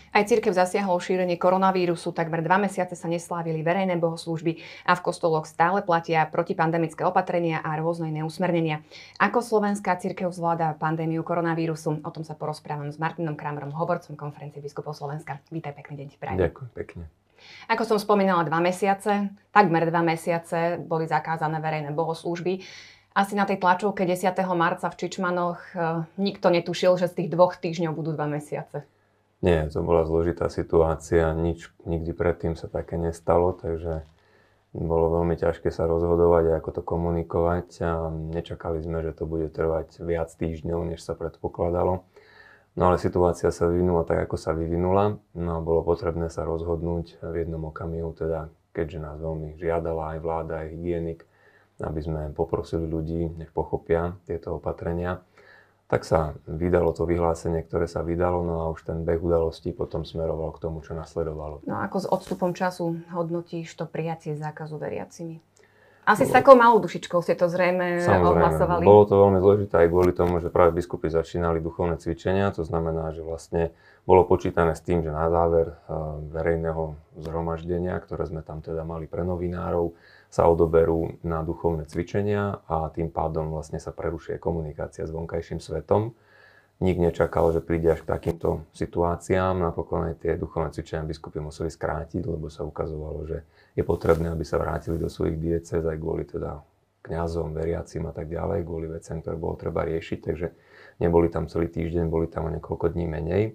Aj cirkev zasiahlo šírenie koronavírusu, takmer 2 mesiace sa neslávili verejné bohoslúžby a v kostoloch stále platia protipandemické opatrenia a rôzne neusmernenia. Ako slovenská cirkev zvláda pandémiu koronavírusu? O tom sa porozprávam s Martinom Kramrom, hovorcom Konferencie biskupov Slovenska. Vítaj, pekný deň ti prajem. Ďakujem pekne. Ako som spomínala, 2 mesiace, takmer 2 mesiace boli zakázané verejné bohoslúžby. Asi na tej tlačovke 10. marca v Čičmanoch nikto netušil, že z tých 2 týždňov budú 2 mesiace. Nie, to bola zložitá situácia, nikdy predtým sa také nestalo, takže bolo veľmi ťažké sa rozhodovať a ako to komunikovať a nečakali sme, že to bude trvať viac týždňov, než sa predpokladalo. No ale situácia sa vyvinula tak, ako sa vyvinula, no a bolo potrebné sa rozhodnúť v jednom okamihu, teda keďže nás veľmi žiadala aj vláda, aj hygienik, aby sme poprosili ľudí, nech pochopia tieto opatrenia. Tak sa vydalo to vyhlásenie, ktoré sa vydalo, no a už ten beh udalostí potom smeroval k tomu, čo nasledovalo. No ako s odstupom času hodnotíš to prijatie zákazu veriacimi? Asi s takou malou dušičkou ste to zrejme odhlasovali. Bolo to veľmi zložité aj kvôli tomu, že práve biskupy začínali duchovné cvičenia, to znamená, že vlastne bolo počítané s tým, že na záver verejného zhromaždenia, ktoré sme tam teda mali pre novinárov, sa odoberú na duchovné cvičenia a tým pádom vlastne sa prerušuje komunikácia s vonkajším svetom. Nik nečakal, že príde až k takýmto situáciám. Napokon aj tie duchovné cvičenia biskupy museli skrátiť, lebo sa ukazovalo, že je potrebné, aby sa vrátili do svojich diecéz aj kvôli teda kňazom, veriacim a tak ďalej, kvôli veciam, ktoré bolo treba riešiť. Takže neboli tam celý týždeň, boli tam o niekoľko dní menej.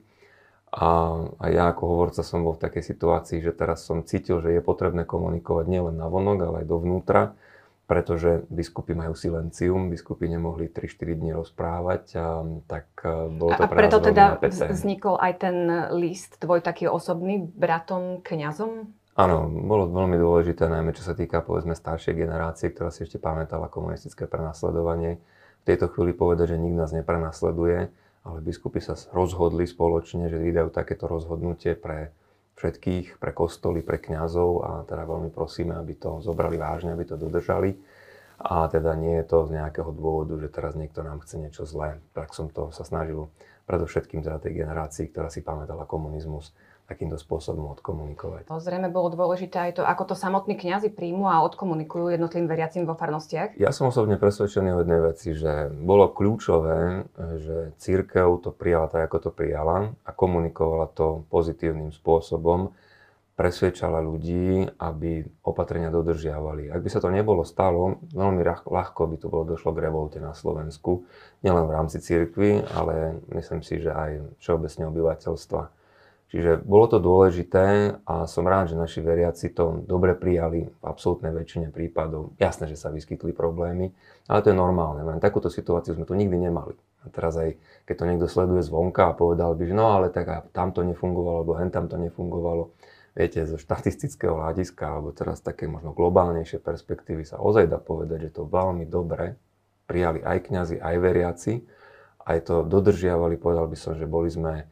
A ja ako hovorca som bol v takej situácii, že teraz som cítil, že je potrebné komunikovať nielen navonok, ale aj dovnútra, pretože biskupy majú silencium, biskupy nemohli 3-4 dní rozprávať, tak bolo to pre nás preto teda napäté. Vznikol aj ten list tvoj taký osobný bratom kňazom? Áno, bolo veľmi dôležité, najmä čo sa týka povedzme staršej generácie, ktorá si ešte pamätala komunistické prenasledovanie. V tejto chvíli povedať, že nikto nás neprenasleduje, ale biskupy sa rozhodli spoločne, že vydajú takéto rozhodnutie pre všetkých, pre kostoly, pre kňazov a teda veľmi prosíme, aby to zobrali vážne, aby to dodržali. A teda nie je to z nejakého dôvodu, že teraz niekto nám chce niečo zlé. Tak som to sa snažil predovšetkým teda tej generácii, ktorá si pamätala komunizmus, takýmto spôsobom odkomunikovať. To zrejme bolo dôležité aj to, ako to samotní kňazi príjmu a odkomunikujú jednotlivým veriacim vo farnostiach. Ja som osobne presvedčený o jednej veci, že bolo kľúčové, že cirkev to prijala tak, ako to prijala a komunikovala to pozitívnym spôsobom, presvedčala ľudí, aby opatrenia dodržiavali. Ak by sa to nebolo stalo, veľmi ľahko by to bolo došlo k revolte na Slovensku, nielen v rámci cirkvi, ale myslím si, že aj všeobecne obyvateľstva. Čiže bolo to dôležité a som rád, že naši veriaci to dobre prijali v absolútnej väčšine prípadov. Jasné, že sa vyskytli problémy, ale to je normálne. Len takúto situáciu sme tu nikdy nemali. A teraz aj keď to niekto sleduje zvonka a povedal by, že no ale tak a tam to nefungovalo, alebo hen tam to nefungovalo. Viete, zo štatistického hľadiska, alebo teraz také možno globálnejšie perspektívy sa ozaj dá povedať, že to veľmi dobre prijali aj kňazi, aj veriaci. Aj to dodržiavali, povedal by som, že boli sme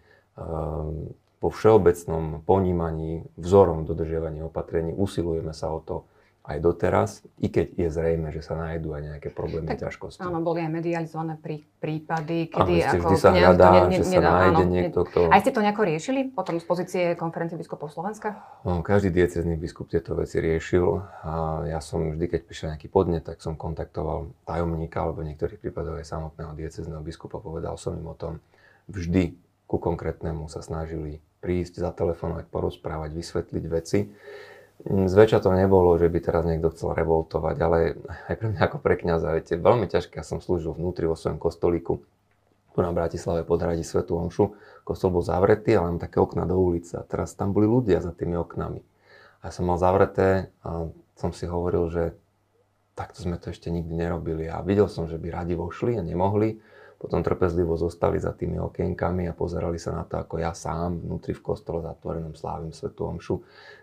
vo všeobecnom ponímaní vzorom dodržiavania opatrení, usilujeme sa o to aj doteraz, i keď je zrejme, že sa nájdú aj nejaké problémy, ťažkosti. Áno, boli aj medializované prípady, kedy ako vždy sa hľadá, že sa nájde niekto, kto... Aj ste to nejako riešili potom z pozície Konferencie biskupov Slovenska? No, každý diecézny biskup tieto veci riešil a ja som vždy, keď prišiel nejaký podnet, tak som kontaktoval tajomníka alebo v niektorých prípadoch aj samotného diecézneho biskupa, povedal som im o tom. Vždy ku konkrétnemu sa snažili prísť, zatelefonovať, porozprávať, vysvetliť veci. Zväčša to nebolo, že by teraz niekto chcel revoltovať, ale aj pre mňa ako pre kňaza, viete, veľmi ťažké. Ja som slúžil vnútri vo svojom kostolíku, tu na Bratislave Podhradí svätú omšu. Kostol bol zavretý, ale mám také okná do ulice. A teraz tam boli ľudia za tými oknami. A ja som mal zavreté a som si hovoril, že takto sme to ešte nikdy nerobili. A videl som, že by radi vošli a nemohli. Potom trpezlivo zostali za tými okienkami a pozerali sa na to, ako ja sám vnútri v kostole zatvorenom slávim svätú omšu.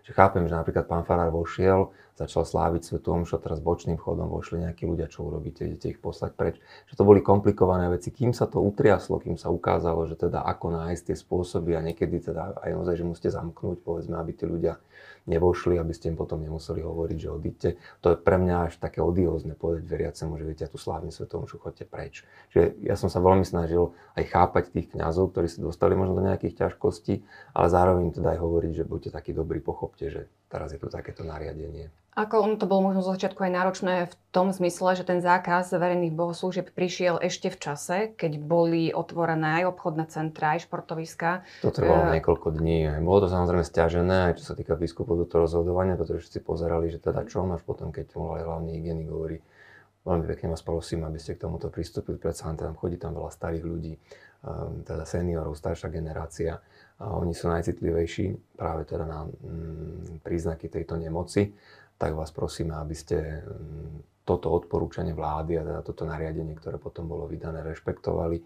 Že chápem, že napríklad pán farár vošiel, začal sláviť svätú omšu, teraz bočným chodom vošli nejakí ľudia, čo urobíte, idete ich poslať preč. Že to boli komplikované veci, kým sa to utriaslo, kým sa ukázalo, že teda ako nájsť tie spôsoby a niekedy teda aj naozaj, že musíte zamknúť, povedzme, aby tí ľudia nevošli, aby ste im potom nemuseli hovoriť, že odíďte. To je pre mňa až také odiózne povedať veriacemu, že viete, ja tu slávim svätú omšu, choďte preč. Čiže ja som sa veľmi snažil aj chápať tých kňazov, ktorí sa dostali možno do nejakých ťažkostí, ale zároveň teda aj hovoriť, že buďte takí dobrí, pochopte, že teraz je tu takéto nariadenie. Ako to bolo možno zo začiatku aj náročné v tom zmysle, že ten zákaz verejných bohoslúžieb prišiel ešte v čase, keď boli otvorené aj obchodné centrá, aj športoviská. To trvalo niekoľko dní. Bolo to samozrejme sťažené, aj čo sa týka biskupov do toho rozhodovania, pretože všetci pozerali, že teda čo máš potom, keď volal hlavný hygienik, hovorí, veľmi pekne vás prosím, aby ste k tomuto pristúpili, predsa tam chodí tam veľa starých ľudí, teda seniorov, staršia generácia. A oni sú najcitlivejší práve teda na príznaky tejto nemoci. Tak vás prosíme, aby ste toto odporúčanie vlády a teda toto nariadenie, ktoré potom bolo vydané, rešpektovali.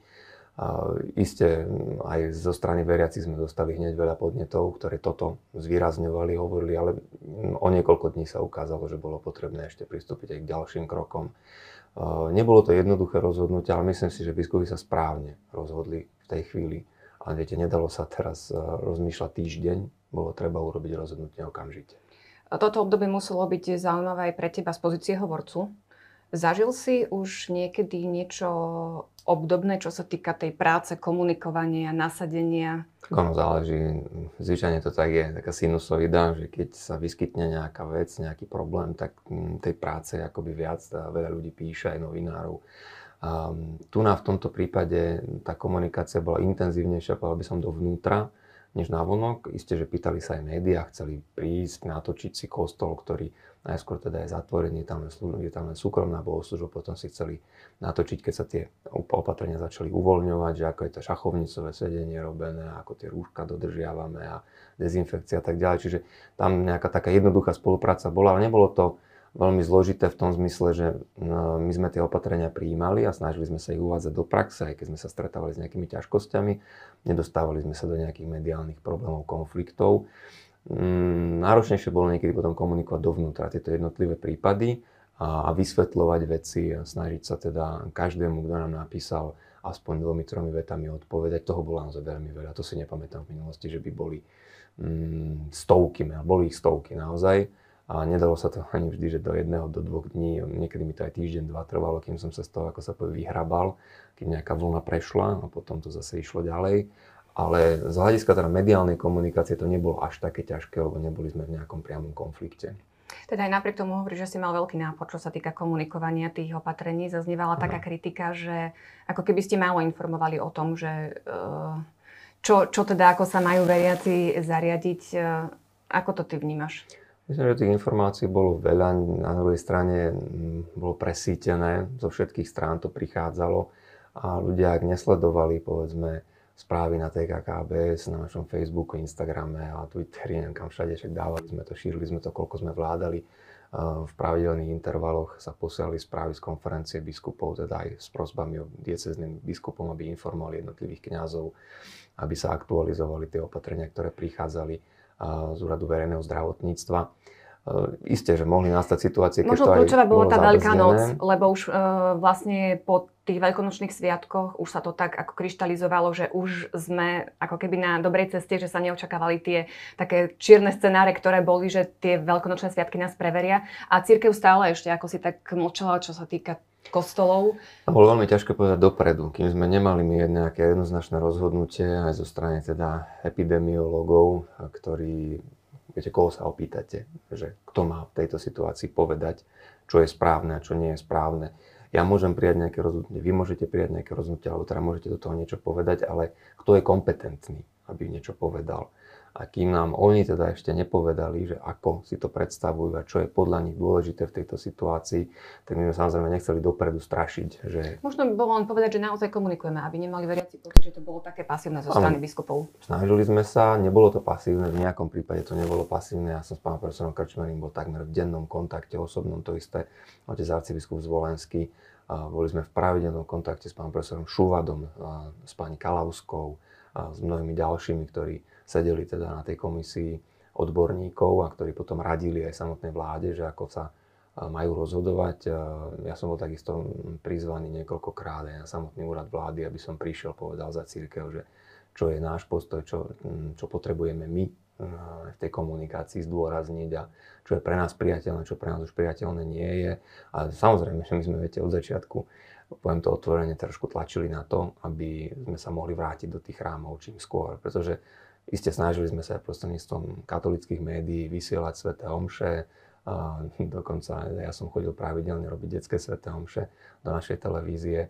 Isté aj zo strany veriacich sme dostali hneď veľa podnetov, ktoré toto zvýrazňovali, hovorili, ale o niekoľko dní sa ukázalo, že bolo potrebné ešte pristúpiť aj k ďalším krokom. Nebolo to jednoduché rozhodnutie, ale myslím si, že biskupy sa správne rozhodli v tej chvíli. Ale viete, nedalo sa teraz rozmýšľať týždeň, bolo treba urobiť rozhodnutie okamžite. Toto obdobie muselo byť zaujímavé aj pre teba z pozície hovorcu. Zažil si už niekedy niečo obdobné, čo sa týka tej práce, komunikovania, nasadenia? Ono záleží. Zvyčajne to tak je, taká sinusoida, že keď sa vyskytne nejaká vec, nejaký problém, tak tej práce je akoby viac, veľa ľudí píše, aj novinárov. Tu v tomto prípade tá komunikácia bola intenzívnejšia, povedal by som, dovnútra, než navonok. Isté, že pýtali sa aj médiá, chceli prísť, natočiť si kostol, ktorý najskôr teda je zatvorený, je tam len súkromná bohoslúžba, potom si chceli natočiť, keď sa tie opatrenia začali uvoľňovať, že ako je to šachovnicové sedenie robené, ako tie rúška dodržiavame a dezinfekcia a tak ďalej. Čiže tam nejaká taká jednoduchá spolupráca bola, ale nebolo to veľmi zložité v tom zmysle, že my sme tie opatrenia prijímali a snažili sme sa ich uvádzať do praxe, aj keď sme sa stretávali s nejakými ťažkosťami. Nedostávali sme sa do nejakých mediálnych problémov, konfliktov. Náročnejšie bolo niekedy potom komunikovať dovnútra tieto jednotlivé prípady a vysvetľovať veci a snažiť sa teda každému, kto nám napísal, aspoň 2-3 vetami odpovedať. Toho bolo naozaj veľmi veľa. To si nepamätám v minulosti, že by boli stovky, boli ich stovky naozaj. A nedalo sa to ani vždy, že do 1 do 2 dní, niekedy mi to aj týždeň, 2 trvalo, kým som sa z toho, ako sa povie, vyhrabal, keď nejaká vlna prešla a potom to zase išlo ďalej. Ale z hľadiska teda mediálnej komunikácie to nebolo až také ťažké, lebo neboli sme v nejakom priamom konflikte. Teda aj napriek tomu hovoríš, že si mal veľký nápor, čo sa týka komunikovania tých opatrení. Zaznievala taká kritika, že ako keby ste málo informovali o tom, že čo teda, ako sa majú veriaci zariadiť. Ako to ty vnímaš? Myslím, že tých informácií bolo veľa, na druhej strane bolo presítené, zo všetkých strán to prichádzalo a ľudia, ak nesledovali, povedzme, správy na TKKBS, na našom Facebooku, Instagrame a Twitteri, kam všade, však dávali sme to, šírili sme to, koľko sme vládali. V pravidelných intervaloch sa posielali správy z konferencie biskupov, teda aj s prosbami o diecéznym biskupom, aby informovali jednotlivých kňazov, aby sa aktualizovali tie opatrenia, ktoré prichádzali z úradu verejného zdravotníctva. Isté, že mohli nastať situácie, keď možno to aj kľúčová bola tá Veľká noc, zabrzdené. lebo už vlastne po tých veľkonočných sviatkoch už sa to tak ako kryštalizovalo, že už sme ako keby na dobrej ceste, že sa neočakávali tie také čierne scenáre, ktoré boli, že tie veľkonočné sviatky nás preveria. A cirkev stále ešte ako si tak mlčala, čo sa týka kostolov. To bolo veľmi ťažké povedať dopredu, kým sme nemali my nejaké jednoznačné rozhodnutie aj zo strany teda epidemiológov, ktorí, viete, koho sa opýtate, že kto má v tejto situácii povedať, čo je správne a čo nie je správne. Ja môžem prijať nejaké rozhodnutie, vy môžete prijať nejaké rozhodnutie, alebo teda môžete do toho niečo povedať, ale kto je kompetentný, aby niečo povedal. A kým nám oni teda ešte nepovedali, že ako si to predstavujú a čo je podľa nich dôležité v tejto situácii, tak my sme samozrejme nechceli dopredu strašiť. Že... Možno by bolo len povedať, že naozaj komunikujeme, aby nemali veriaci pocit, že to bolo také pasívne zo strany biskupov. Snažili sme sa, nebolo to pasívne, v nejakom prípade to nebolo pasívne. Ja som s pánom profesorom Krčmerim bol takmer v dennom kontakte, osobnom, to isté otec arcibiskup Zvolenský. Boli sme v pravidelnom kontakte s pánom profesorom Šúvadom, s pani Kalauskou a s mnohými ďalšími, ktorí sedeli teda na tej komisii odborníkov a ktorí potom radili aj samotnej vláde, že ako sa majú rozhodovať. Ja som bol takisto prizvaný niekoľkokrát aj na samotný úrad vlády, aby som prišiel, povedal za cirkev, že čo je náš postoj, čo potrebujeme my v tej komunikácii zdôrazniť a čo je pre nás priateľné, čo pre nás už priateľné nie je. A samozrejme, že my sme, viete, od začiatku, poviem to otvorene, trošku tlačili na to, aby sme sa mohli vrátiť do tých chrámov čím skôr, pretože iste snažili sme sa prostredníctvom katolických médií vysielať sväté omše. Dokonca ja som chodil pravidelne robiť detské sväté omše do našej televízie.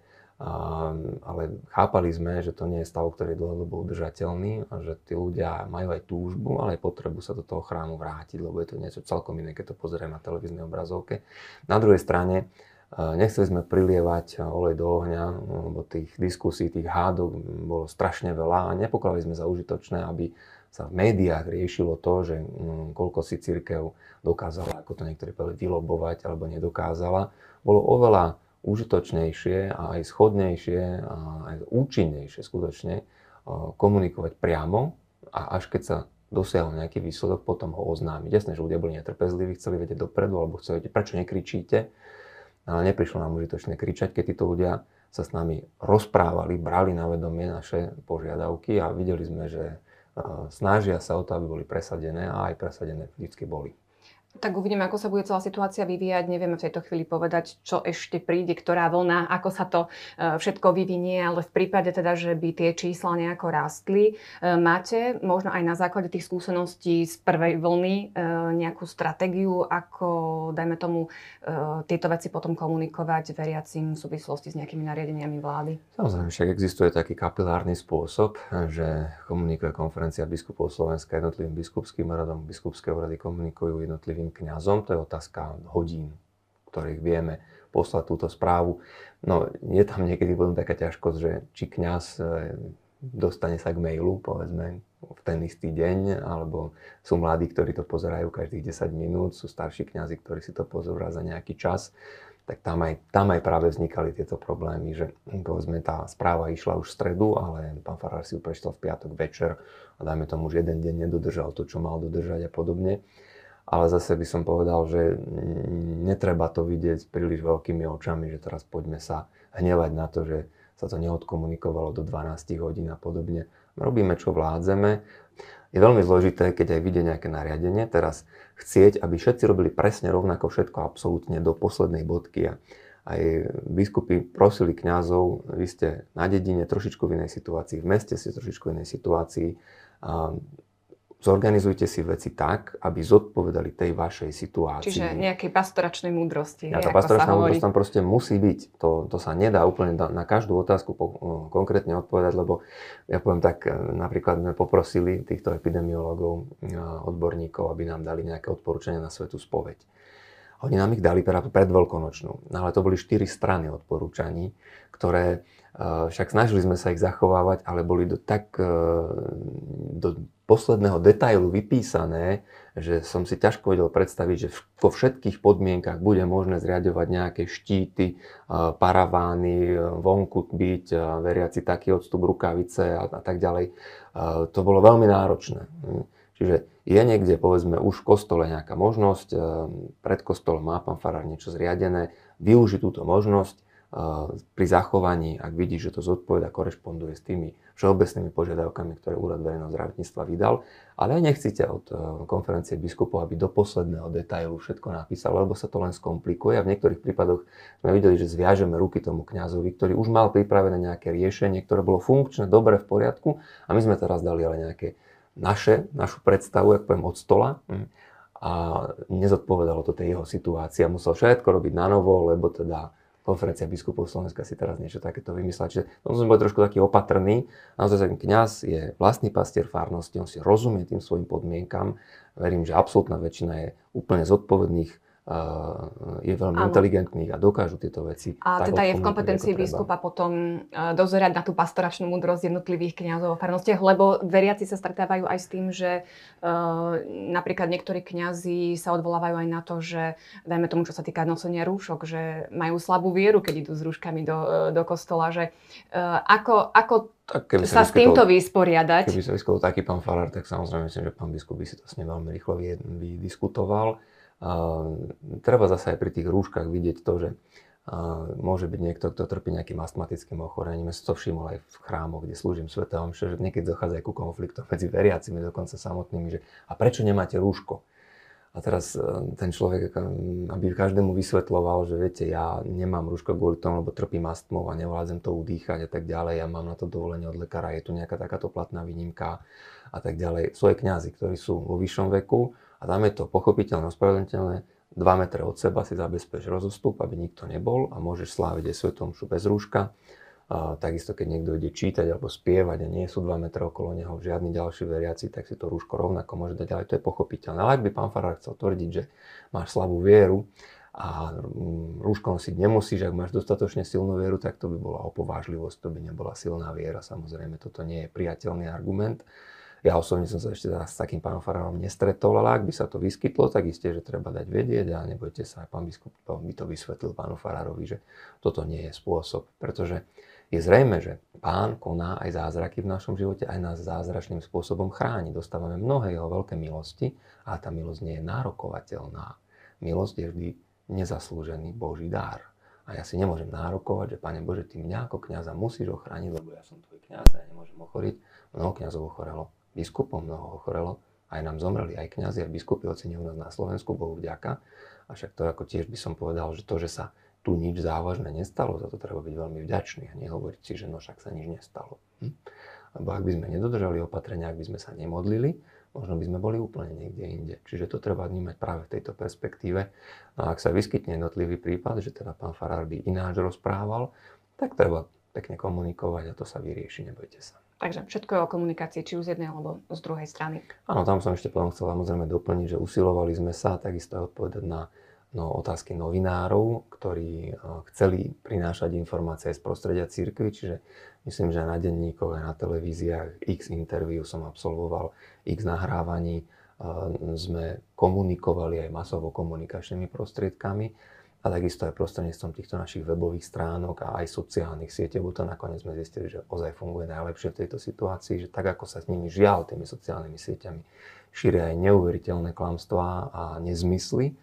Ale chápali sme, že to nie je stav, ktorý je dlhodobo udržateľný a že tí ľudia majú aj túžbu, ale aj potrebu sa do toho chrámu vrátiť, lebo je to niečo celkom iné, keď to pozrieme na televíznej obrazovke. Na druhej strane nechceli sme prilievať olej do ohňa, lebo tých diskusí, tých hádok bolo strašne veľa a nepokladali sme za užitočné, aby sa v médiách riešilo to, že koľko si cirkev dokázala, ako to niektorí povedali, vylobovať alebo nedokázala. Bolo oveľa užitočnejšie a aj schodnejšie a aj účinnejšie skutočne komunikovať priamo a až keď sa dosiahol nejaký výsledok, potom ho oznámiť. Jasné, že ľudia boli netrpezliví, chceli vedieť dopredu alebo chceli vedieť, prečo nekričíte. Ale neprišlo nám užitočné kričať, keď títo ľudia sa s nami rozprávali, brali na vedomie naše požiadavky a videli sme, že snažia sa o to, aby boli presadené a aj presadené vždycky boli. Tak uvidíme, ako sa bude celá situácia vyvíjať. Nevieme v tejto chvíli povedať, čo ešte príde, ktorá vlna, ako sa to všetko vyvinie, ale v prípade teda, že by tie čísla nejako rástli, máte možno aj na základe tých skúseností z prvej vlny nejakú stratégiu, ako, dajme tomu, tieto veci potom komunikovať veriacim v súvislosti s nejakými nariadeniami vlády? Samozrejme, však existuje taký kapilárny spôsob, že komunikuje Konferencia biskupov Slovenska jednotlivým biskupským radom, biskupské úrady komunikujú jednotlivým kňazom, to je otázka hodín, ktorých vieme poslať túto správu. No, je tam niekedy potom taká ťažkosť, že či kňaz dostane sa k mailu, povedzme, v ten istý deň, alebo sú mladí, ktorí to pozerajú každých 10 minút, sú starší kňazi, ktorí si to pozerajú za nejaký čas, tak tam aj práve vznikali tieto problémy, že povedzme tá správa išla už v stredu, ale pán farár si ju prečítal v piatok večer a dajme tomu, už jeden deň nedodržal to, čo mal dodržať a podobne. Ale zase by som povedal, že netreba to vidieť príliš veľkými očami, že teraz poďme sa hnevať na to, že sa to neodkomunikovalo do 12 hodín a podobne. Robíme, čo vládzeme. Je veľmi zložité, keď aj vidie nejaké nariadenie, teraz chcieť, aby všetci robili presne rovnako všetko, absolútne do poslednej bodky. A aj biskupy prosili kňazov, vy ste na dedine trošičku v inej situácii, v meste ste trošičku v inej situácii. Zorganizujte si veci tak, aby zodpovedali tej vašej situácii. Čiže nejakej pastoračnej múdrosti. Ja, tá pastoračná múdrosť tam proste musí byť. To sa nedá úplne na každú otázku konkrétne odpovedať, lebo ja poviem tak, napríklad sme poprosili týchto epidemiológov, odborníkov, aby nám dali nejaké odporúčania na svätú spoveď. Oni nám ich dali pred Veľkonočnú, ale to boli 4 strany odporúčaní, ktoré však snažili sme sa ich zachovávať, ale boli do posledného detailu vypísané, že som si ťažko vedel predstaviť, že vo všetkých podmienkach bude možné zriaďovať nejaké štíty, paravány, vonku byť, veriaci taký odstup, rukavice a tak ďalej. To bolo veľmi náročné. Čiže je niekde, povedzme, už v kostole nejaká možnosť, pred kostolom má pán farár niečo zriadené, využiť túto možnosť pri zachovaní, ak vidí, že to zodpovedá, korešponduje s tými všeobecnými požiadavkami, ktoré Úrad verejného zdravotníctva vydal, ale aj nechcete od konferencie biskupov, aby do posledného detailu všetko napísal, lebo sa to len skomplikuje a v niektorých prípadoch sme videli, že zviažeme ruky tomu kňazovi, ktorý už mal pripravené nejaké riešenie, ktoré bolo funkčné, dobre, v poriadku a my sme teraz dali ale nejaké našu predstavu, ak poviem, od stola a nezodpovedalo to tej jeho situácii a musel všetko robiť na novo, lebo teda Konferencia biskupov Slovenska si teraz niečo takéto vymyslela. Čiže sme boli trošku taký opatrný. Naozaj ten kňaz je vlastný pastier farnosti, on si rozumie tým svojim podmienkam. Verím, že absolútna väčšina je úplne zodpovedných, je veľmi inteligentných a dokážu tieto veci. A teda je v kompetencii biskupa potom dozerať na tú pastoračnú múdrosť jednotlivých kňazov v farnostiach, lebo veriaci sa stretávajú aj s tým, že napríklad niektorí kňazi sa odvolávajú aj na to, že dajme tomu, čo sa týka nosenia rúšok, že majú slabú vieru, keď idú s rúškami do kostola, že ako Tak keby sa s týmto vysporiadať. Keby sa vyskytol taký pán farár, tak samozrejme myslím, že pán biskup by si to s ním veľmi rýchlo vydiskutoval. Treba zase aj pri tých rúškach vidieť to, že môže byť niekto, kto trpí nejakým astmatickým ochorením. Ja som to všimol aj v chrámoch, kde slúžim svätej omše, že niekedy dochádza aj ku konfliktom medzi veriacimi, dokonca samotnými, že a prečo nemáte rúško? A teraz ten človek, aby každému vysvetľoval, že viete, ja nemám rúško kvôli tomu, lebo trpím astmou a nevládzem to udýchať a tak ďalej, ja mám na to dovolenie od lekára, je tu nejaká takáto platná výnimka a tak ďalej. Sú aj kňazi, ktorí sú vo vyššom veku a tam je to pochopiteľné, ospravedlniteľné. 2 metre od seba si zabezpečí rozostup, aby nikto nebol a môžeš sláviť aj svätú omšu bez rúška. Takisto, keď niekto ide čítať alebo spievať a nie sú 2 metre okolo neho žiadny ďalší veriaci, tak si to rúško rovnako môže dať, ale to je pochopiteľné. Ale ak by pán farár chcel tvrdiť, že máš slabú vieru a rúško nosiť nemusíš, ak máš dostatočne silnú vieru, tak to by bola opovážlivosť, to by nebola silná viera. Samozrejme, toto nie je priateľný argument. Ja osobne som sa ešte s takým pánom farárom nestretol, ale ak by sa to vyskytlo, tak isté, že treba dať vedieť a nebojte sa, aj pán biskup by to vysvetlil pánu farárovi, že toto nie je spôsob, pretože je zrejme, že pán koná aj zázraky v našom živote, aj nás zázračným spôsobom chráni. Dostávame mnohé jeho veľké milosti a tá milosť nie je nárokovateľná. Milosť je vždy nezaslúžený Boží dar. A ja si nemôžem nárokovať, že Pane Bože, ty mňa ako kňaza musíš ochrániť, lebo ja som tvoj kňaz a ja nemôžem ochoriť. Mnoho kňazov ochorelo. Biskupom mnoho ochorelo, aj nám zomreli aj kňazi, aj biskupy oceňujú nás na Slovensku, Bohu vďaka. A však to ako tiež by som povedal, že to, že sa tu nič závažné nestalo, za to treba byť veľmi vďačný a nehovoriť si, že no však sa nič nestalo. Lebo ak by sme nedodržali opatrenia, ak by sme sa nemodlili, možno by sme boli úplne niekde inde. Čiže to treba vnímať práve v tejto perspektíve. No a ak sa vyskytne jednotlivý prípad, že teda pán farár by ináč rozprával, tak treba pekne komunikovať a to sa vyrieši, nebojte sa. Takže všetko je o komunikácii, či už z jednej alebo z druhej strany. Áno, tam som ešte potom chcel samozrejme doplniť, že usilovali sme sa takisto aj odpovedať na otázky novinárov, ktorí chceli prinášať informácie z prostredia cirkvi, čiže myslím, že na denníkoch, aj na televíziách x interviú som absolvoval, x nahrávaní, sme komunikovali aj masovo komunikačnými prostriedkami a takisto aj prostredníctvom týchto našich webových stránok a aj sociálnych sietí, bo to nakoniec sme zistili, že ozaj funguje najlepšie v tejto situácii, že tak ako sa s nimi žiaľ tými sociálnymi sieťami šíria aj neuveriteľné klamstvá a nezmysly,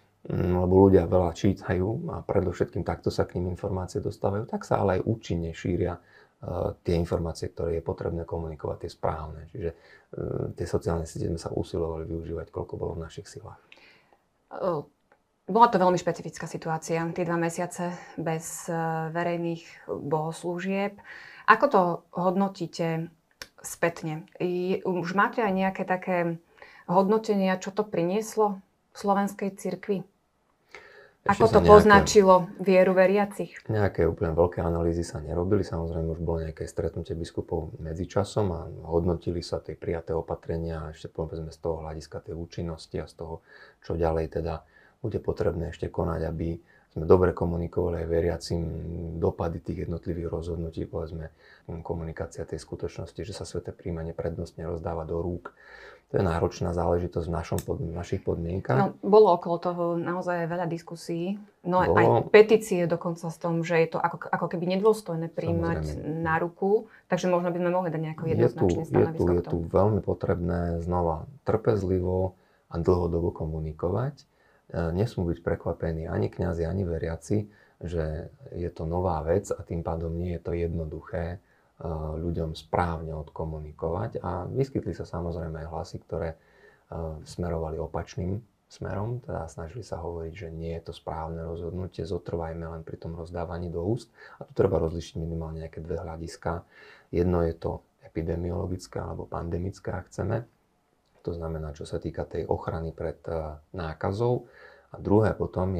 lebo ľudia veľa čítajú a predovšetkým takto sa k ním informácie dostávajú, tak sa ale aj účinne šíria tie informácie, ktoré je potrebné komunikovať, tie správne. Čiže tie sociálne siete sme sa usilovali využívať, koľko bolo v našich silách. Bola to veľmi špecifická situácia, tie 2 mesiace bez verejných bohoslúžieb. Ako to hodnotíte spätne? Už máte aj nejaké také hodnotenia, čo to prinieslo v slovenskej cirkvi? Ako to poznačilo vieru veriacich? Nejaké úplne veľké analýzy sa nerobili. Samozrejme už bolo nejaké stretnutie biskupov medzičasom a hodnotili sa tie prijaté opatrenia ešte povedzme z toho hľadiska tej účinnosti a z toho, čo ďalej teda bude potrebné ešte konať, aby sme dobre komunikovali aj veriacim dopady tých jednotlivých rozhodnutí, povedzme komunikácia tej skutočnosti, že sa sväté príjmanie prednostne rozdáva do rúk. To je náročná záležitosť v našich podmienkach. No, bolo okolo toho naozaj veľa diskusí, no aj petície dokonca s tom, že je to ako keby nedôstojné príjmať na ruku, takže možno by sme mohli dať nejaké jednoznačné stanovisko. Je tu veľmi potrebné znova trpezlivo a dlhodobo komunikovať. Nesmú byť prekvapení ani kňazi, ani veriaci, že je to nová vec a tým pádom nie je to jednoduché ľuďom správne odkomunikovať. A vyskytli sa samozrejme aj hlasy, ktoré smerovali opačným smerom, teda snažili sa hovoriť, že nie je to správne rozhodnutie, zotrvajme len pri tom rozdávaní do úst. A tu treba rozlišiť minimálne nejaké 2 hľadiska. Jedno je to epidemiologické alebo pandemické, ak chceme. To znamená, čo sa týka tej ochrany pred nákazou. A druhá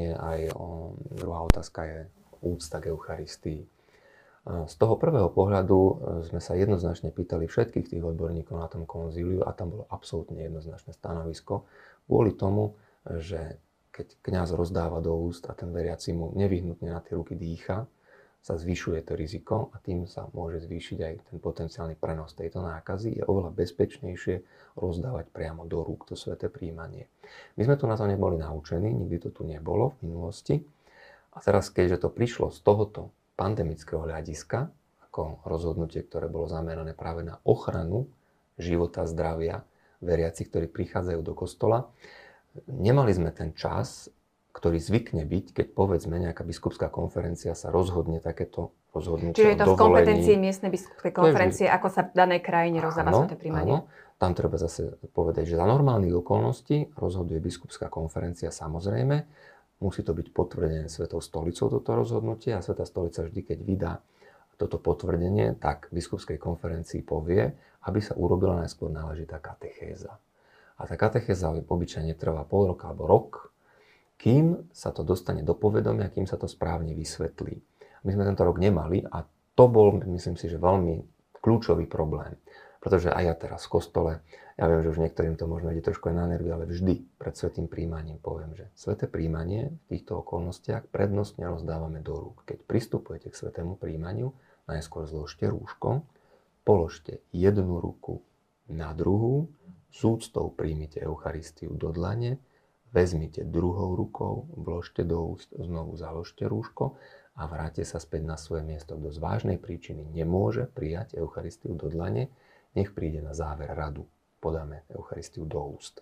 otázka je úcta k Eucharistii. Z toho prvého pohľadu sme sa jednoznačne pýtali všetkých tých odborníkov na tom konzíliu a tam bolo absolútne jednoznačné stanovisko kvôli tomu, že keď kňaz rozdáva do úst a ten veriaci mu nevyhnutne na tie ruky dýcha, sa zvyšuje to riziko a tým sa môže zvýšiť aj ten potenciálny prenos tejto nákazy. Je oveľa bezpečnejšie rozdávať priamo do rúk to sväté príjmanie. My sme tu na to neboli naučení, nikdy to tu nebolo v minulosti. A teraz, keďže to prišlo z tohoto pandemického hľadiska, ako rozhodnutie, ktoré bolo zamerané práve na ochranu života, zdravia veriacich, ktorí prichádzajú do kostola. Nemali sme ten čas, ktorý zvykne byť, keď povedzme nejaká biskupská konferencia sa rozhodne takéto rozhodnutie o dovolení. Čiže je to v kompetencii miestnej biskupskej konferencie, ako sa v danej krajine rozdáva sväté príjmanie? Áno, tam treba zase povedať, že za normálnych okolností rozhoduje biskupská konferencia samozrejme. Musí to byť potvrdené Svetou stolicou toto rozhodnutie a Svätá stolica vždy, keď vydá toto potvrdenie, tak biskupskej konferencii povie, aby sa urobila najskôr náležitá katechéza. A tá katechéza obyčajne trvá pol roka alebo rok, kým sa to dostane do povedomia, kým sa to správne vysvetlí. My sme tento rok nemali a to bol, myslím si, že veľmi kľúčový problém. Pretože aj ja teraz v kostole, ja viem, že už niektorým to možno ide trošku aj na nervy, ale vždy pred svätým príjmaním poviem, že sväté príjmanie v týchto okolnostiach prednostne rozdávame do rúk. Keď pristupujete k svätému príjmaniu, najskôr zložte rúško, položte jednu ruku na druhú, s úctou príjmite Eucharistiu do dlane, vezmite druhou rukou, vložte do úst, znovu založte rúško a vráte sa späť na svoje miesto. Kto z vážnej príčiny nemôže prijať Eucharistiu do dlane, nech príde na záver radu. Podáme Eucharistiu do úst.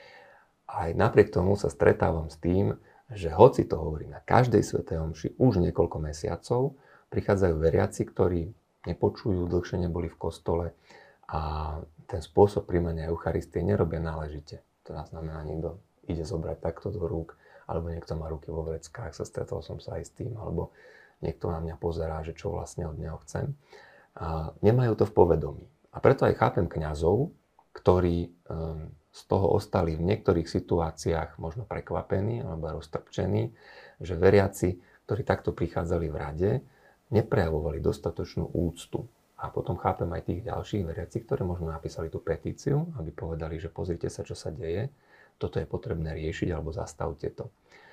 Aj napriek tomu sa stretávam s tým, že hoci to hovorím na každej svätej omši už niekoľko mesiacov, prichádzajú veriaci, ktorí nepočujú, dlhšie neboli v kostole a ten spôsob príjmania Eucharistie nerobia náležite. To znamená, niekto ide zobrať takto do rúk, alebo niekto má ruky vo vreckách, stretol som sa aj s tým, alebo niekto na mňa pozerá, že čo vlastne od neho chcem. A nemajú to v povedomí. A preto aj chápem kňazov, ktorí z toho ostali v niektorých situáciách možno prekvapení alebo roztrpčení, že veriaci, ktorí takto prichádzali v rade, neprejavovali dostatočnú úctu. A potom chápem aj tých ďalších veriacich, ktorí možno napísali tú petíciu, aby povedali, že pozrite sa, čo sa deje, toto je potrebné riešiť, alebo zastavte to.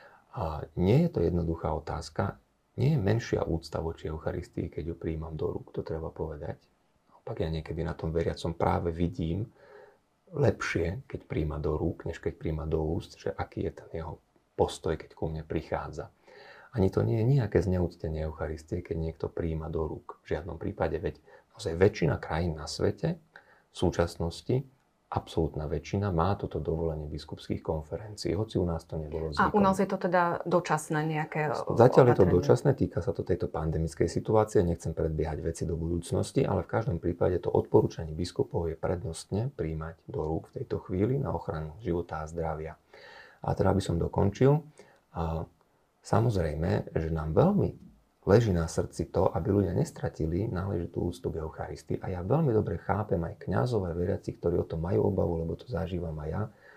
A nie je to jednoduchá otázka, nie je menšia úcta voči Eucharistii, keď ju prijímam do rúk, to treba povedať. Opak ja niekedy na tom veriacom práve vidím lepšie, keď prijíma do rúk, než keď prijíma do úst, že aký je ten jeho postoj, keď ku mne prichádza. Ani to nie je nejaké zneúctenie Eucharistie, keď niekto prijíma do rúk. V žiadnom prípade, veď naozaj väčšina krajín na svete v súčasnosti, absolútna väčšina, má toto dovolenie biskupských konferencií, hoci u nás to nebolo zvykom. A u nás je to teda dočasné nejaké Zatiaľ je to dočasné, týka sa to tejto pandemickej situácie, nechcem predbiehať veci do budúcnosti, ale v každom prípade to odporúčanie biskupov je prednostne prijímať do rúk v tejto chvíli na ochranu života a zdravia. A teda by som dokončil. Samozrejme, že nám veľmi leží na srdci to, aby ľudia nestratili náležitú úctu k Eucharistii. A ja veľmi dobre chápem aj kňazov a veriaci, ktorí o tom majú obavu, lebo to zažívam aj ja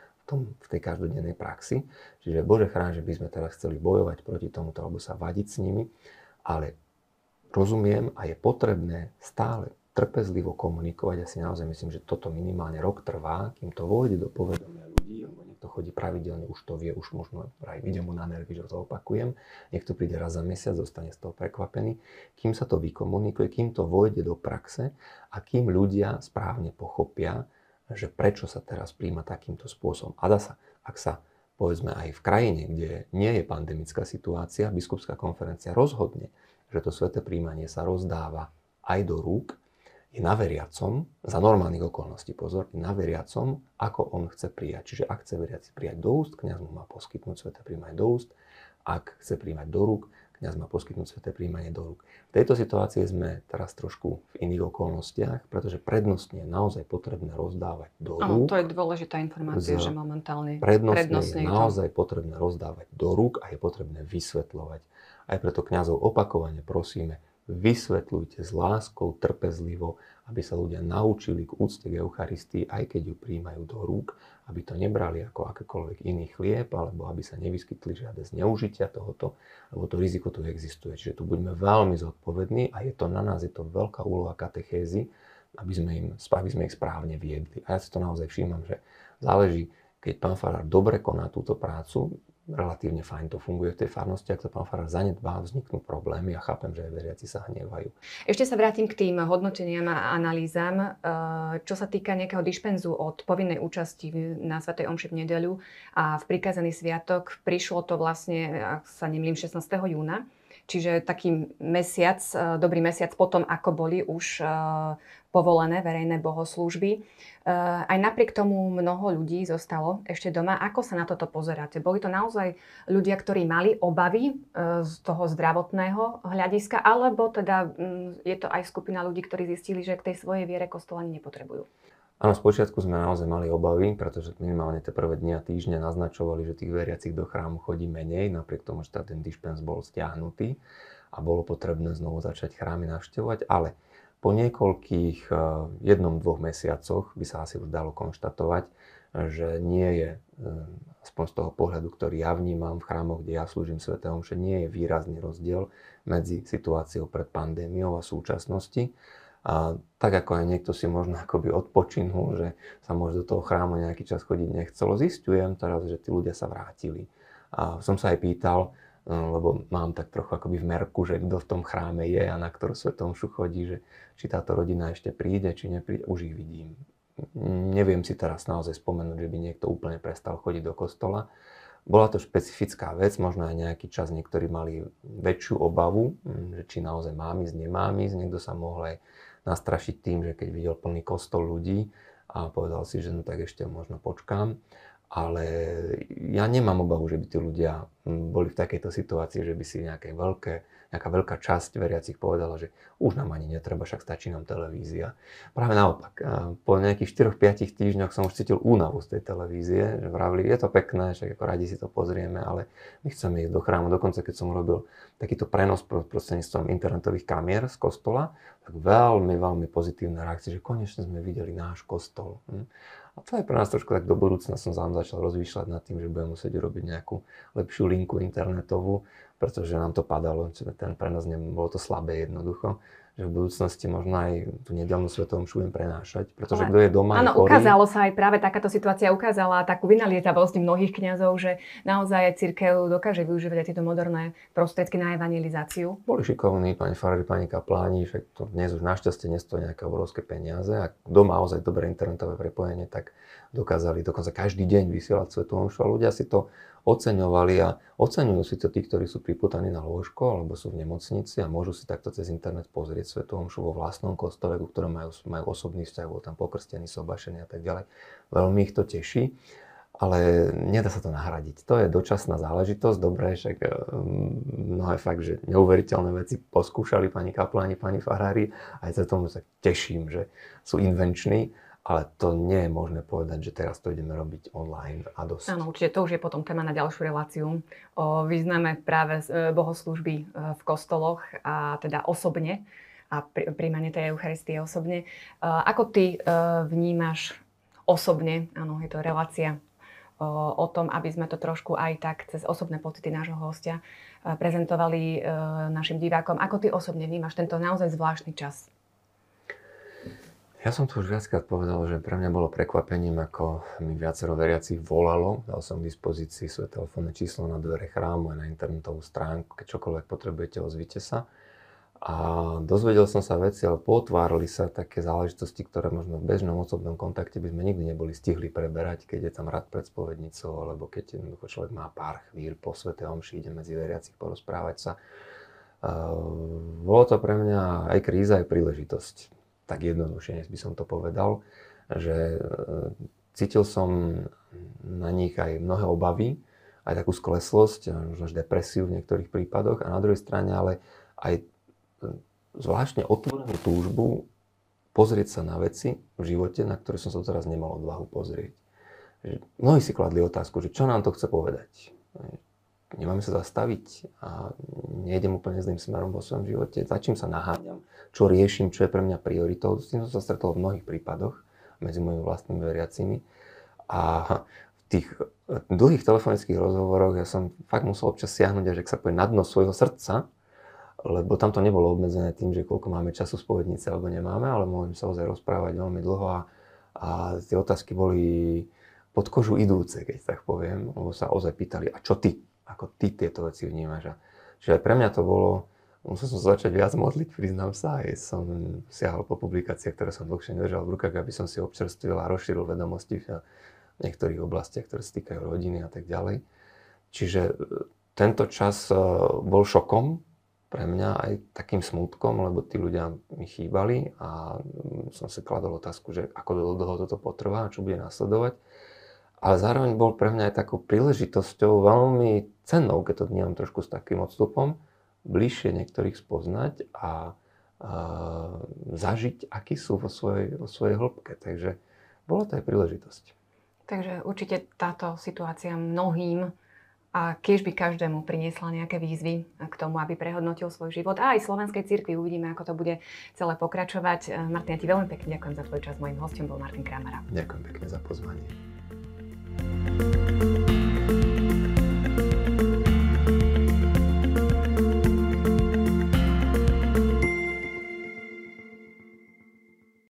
v tej každodennej praxi. Čiže Bože chráň, že by sme teraz chceli bojovať proti tomuto, alebo sa vadiť s nimi. Ale rozumiem a je potrebné stále trpezlivo komunikovať. Ja si naozaj myslím, že toto minimálne rok trvá, kým to vôjde do povedomia ľudí, lebo niekto chodí pravidelne, už to vie, už možno aj ide mu na nervy, že to opakujem. Niekto príde raz za mesiac, zostane z toho prekvapený. Kým sa to vykomunikuje, kým to vôjde do praxe a kým ľudia správne pochopia, že prečo sa teraz príjma takýmto spôsobom. A dá sa, ak sa povedzme aj v krajine, kde nie je pandemická situácia, biskupská konferencia rozhodne, že to sväté príjmanie sa rozdáva aj do rúk, je na veriacom, za normálnych okolností, pozor, je na veriacom, ako on chce prijať. Čiže ak chce veriaci prijať do úst, kňaz mu má poskytnúť sväté príjmanie do úst. Ak chce príjmať do rúk, kňaz má poskytnúť sväté príjmanie do rúk. V tejto situácii sme teraz trošku v iných okolnostiach, pretože prednostne je naozaj potrebné rozdávať do rúk. Áno, to je dôležitá informácia, že momentálne prednostne je naozaj potrebné rozdávať do rúk a je potrebné vysvetľovať. Aj preto kňazov opakovane prosíme, vysvetľujte s láskou, trpezlivo, aby sa ľudia naučili k úcte k Eucharistii, aj keď ju prijímajú do rúk, aby to nebrali ako akékoľvek iný chlieb, alebo aby sa nevyskytli žiadne zneužitia tohoto, lebo to riziko tu existuje. Čiže tu buďme veľmi zodpovední a je to na nás, je to veľká úloha katechézy, aby sme ich správne viedli. A ja si to naozaj všímam, že záleží, keď pán farár dobre koná túto prácu, relatívne fajn to funguje v tej farnosti, ak to pán farár zanedbá, vzniknú problémy a chápem, že aj veriaci sa hnevajú. Ešte sa vrátim k tým hodnoteniam a analýzam. Čo sa týka nejakého dišpenzu od povinnej účasti na svätej omši v nedeľu a v prikázaný sviatok, prišlo to vlastne, ak sa nemýlim, 16. júna. čiže taký mesiac, dobrý mesiac potom, ako boli už povolené verejné bohoslúžby. Aj napriek tomu mnoho ľudí zostalo ešte doma. Ako sa na toto pozeráte? Boli to naozaj ľudia, ktorí mali obavy z toho zdravotného hľadiska, alebo teda je to aj skupina ľudí, ktorí zistili, že k tej svojej viere kostol ani nepotrebujú? Áno, spočiatku sme naozaj mali obavy, pretože minimálne tie prvé dni a týždne naznačovali, že tých veriacich do chrámu chodí menej, napriek tomu, že ten dispens bol stiahnutý a bolo potrebné znovu začať chrámy navštevovať, ale po niekoľkých, 1-2 mesiacoch by sa asi už dalo konštatovať, že nie je, aspoň z toho pohľadu, ktorý ja vnímam v chrámoch, kde ja slúžim sväté omše, nie je výrazný rozdiel medzi situáciou pred pandémiou a súčasnosti. A tak ako aj niekto si možno akoby odpočinul, že sa môže do toho chrámu nejaký čas chodiť nechcelo, zistujem teraz, že tí ľudia sa vrátili. A som sa aj pýtal, lebo mám tak trochu akoby v merku, že kto v tom chráme je a na ktorú svätú omšu chodí, že či táto rodina ešte príde, či nepríde, už ich vidím. Neviem si teraz naozaj spomenúť, že by niekto úplne prestal chodiť do kostola. Bola to špecifická vec, možno aj nejaký čas niektorí mali väčšiu obavu, že či naozaj mám ísť, nemám ísť. Niekto sa mohol aj nastrašiť tým, že keď videl plný kostol ľudí a povedal si, že no tak ešte možno počkám. Ale ja nemám obavu, že by tí ľudia boli v takejto situácii, že by si nejaká veľká časť veriacich povedala, že už nám ani netreba, však stačí nám televízia. Práve naopak, po nejakých 4-5 týždňoch som už cítil únavu z tej televízie, že vravili, je to pekné, však ako radi si to pozrieme, ale my chceme ísť do chrámu. Dokonca keď som robil takýto prenos prostredníctvom internetových kamier z kostola, tak veľmi, veľmi pozitívne reakcie, že konečne sme videli náš kostol. A to aj pre nás trošku tak do budúcna som sám začal rozmýšľať nad tým, že budem musieť urobiť nejakú lepšiu linku internetovú, pretože nám to padalo, ten prenos bolo to slabé jednoducho, že v budúcnosti možno aj tú nedeľnú svätú omšu budem prenášať, pretože kto je doma áno, chorý. ukázalo sa aj práve takáto situácia ukázala takú vynalietavosť mnohých kňazov, že naozaj cirkev dokáže využívať aj tieto moderné prostriedky na evangelizáciu. Boli šikovní pani farári, pani kapláni, však to dnes už našťastie nestojí nejaké obrovské peniaze. Ak kto má naozaj dobré internetové prepojenie, tak dokázali dokonca každý deň vysielať svätú omšu a ľudia si to oceňovali a oceňujú si to tí, ktorí sú pripútaní na lôžko alebo sú v nemocnici a môžu si takto cez internet pozrieť svätú omšu vo vlastnom kostole, ku ktorom majú osobný vzťah, bol tam pokrstený, sobašený a tak ďalej. Veľmi ich to teší, ale nedá sa to nahradiť. To je dočasná záležitosť, dobré, však mnohé fakt, že neuveriteľné veci poskúšali pani kapláni, pani farári, aj za tomu sa teším, že sú invenční. Ale to nie je možné povedať, že teraz to ideme robiť online a dosť. Áno, určite to už je potom téma na ďalšiu reláciu o význame práve bohoslúžby v kostoloch a teda osobne a príjmanie tej Eucharistie osobne. Ako ty vnímaš osobne, áno, je to relácia o tom, aby sme to trošku aj tak cez osobné pocity nášho hostia prezentovali našim divákom. Ako ty osobne vnímaš tento naozaj zvláštny čas? Ja som to už viackrát povedal, že pre mňa bolo prekvapením, ako mi viacero veriacich volalo. Dal som k dispozícii svoje telefónne číslo na dvere chrámu aj na internetovú stránku. Keď čokoľvek potrebujete, ozvite sa. A dozvedel som sa veci, ale potvárali sa také záležitosti, ktoré možno v bežnom osobnom kontakte by sme nikdy neboli stihli preberať, keď je tam rad pred spovednicou, alebo keď človek má pár chvíľ po svätej omši, ide medzi veriacich porozprávať sa. Bolo to pre mňa aj kríza, aj príležitosť. Tak jednoduchšie, než by som to povedal, že cítil som na nich aj mnohé obavy, aj takú skleslosť, možno až depresiu v niektorých prípadoch a na druhej strane ale aj zvláštne otvorenú túžbu pozrieť sa na veci v živote, na ktoré som sa teraz nemal odvahu pozrieť. Mnohí si kladli otázku, že čo nám to chce povedať. Nemáme sa zastaviť a nejdem úplne zlým smerom vo svojom živote. Za čím sa naháňam, čo riešim, čo je pre mňa prioritou. S tým som sa stretol v mnohých prípadoch medzi mojimi vlastnými veriacimi. A v tých dlhých telefonických rozhovoroch ja som fakt musel občas siahnuť až ak sa povie na dno svojho srdca, lebo tam to nebolo obmedzené tým, že koľko máme času v spovednici alebo nemáme, ale mohli sa ozaj rozprávať veľmi dlho a tie otázky boli pod kožu idúce, keď tak poviem, lebo sa ozaj pýtali, a čo ty? Ako ty tieto veci vnímaš. Čiže aj pre mňa to bolo, musel som sa začať viac modliť, priznám sa, aj som siahol po publikáciách, ktoré som dlhšie nedržal v rukách, aby som si občerstvil a rozšíril vedomosti v niektorých oblastiach, ktoré sa týkajú rodiny a tak ďalej. Čiže tento čas bol šokom, pre mňa aj takým smutkom, lebo tí ľudia mi chýbali a som si kladol otázku, že ako dlho toto potrvá a čo bude nasledovať. Ale zároveň bol pre mňa aj takou príležitosťou veľmi cennou, keď to vnímam trošku s takým odstupom, bližšie niektorých spoznať a zažiť, akí sú vo svojej hĺbke. Takže bola to aj príležitosť. Takže určite táto situácia mnohým a tiež by každému priniesla nejaké výzvy k tomu, aby prehodnotil svoj život. A aj slovenskej cirkvi uvidíme, ako to bude celé pokračovať. Martin, ja ti veľmi pekne ďakujem za tvoj čas. Mojím hosťom bol Martin Kramara. Ďakujem pekne za pozvanie.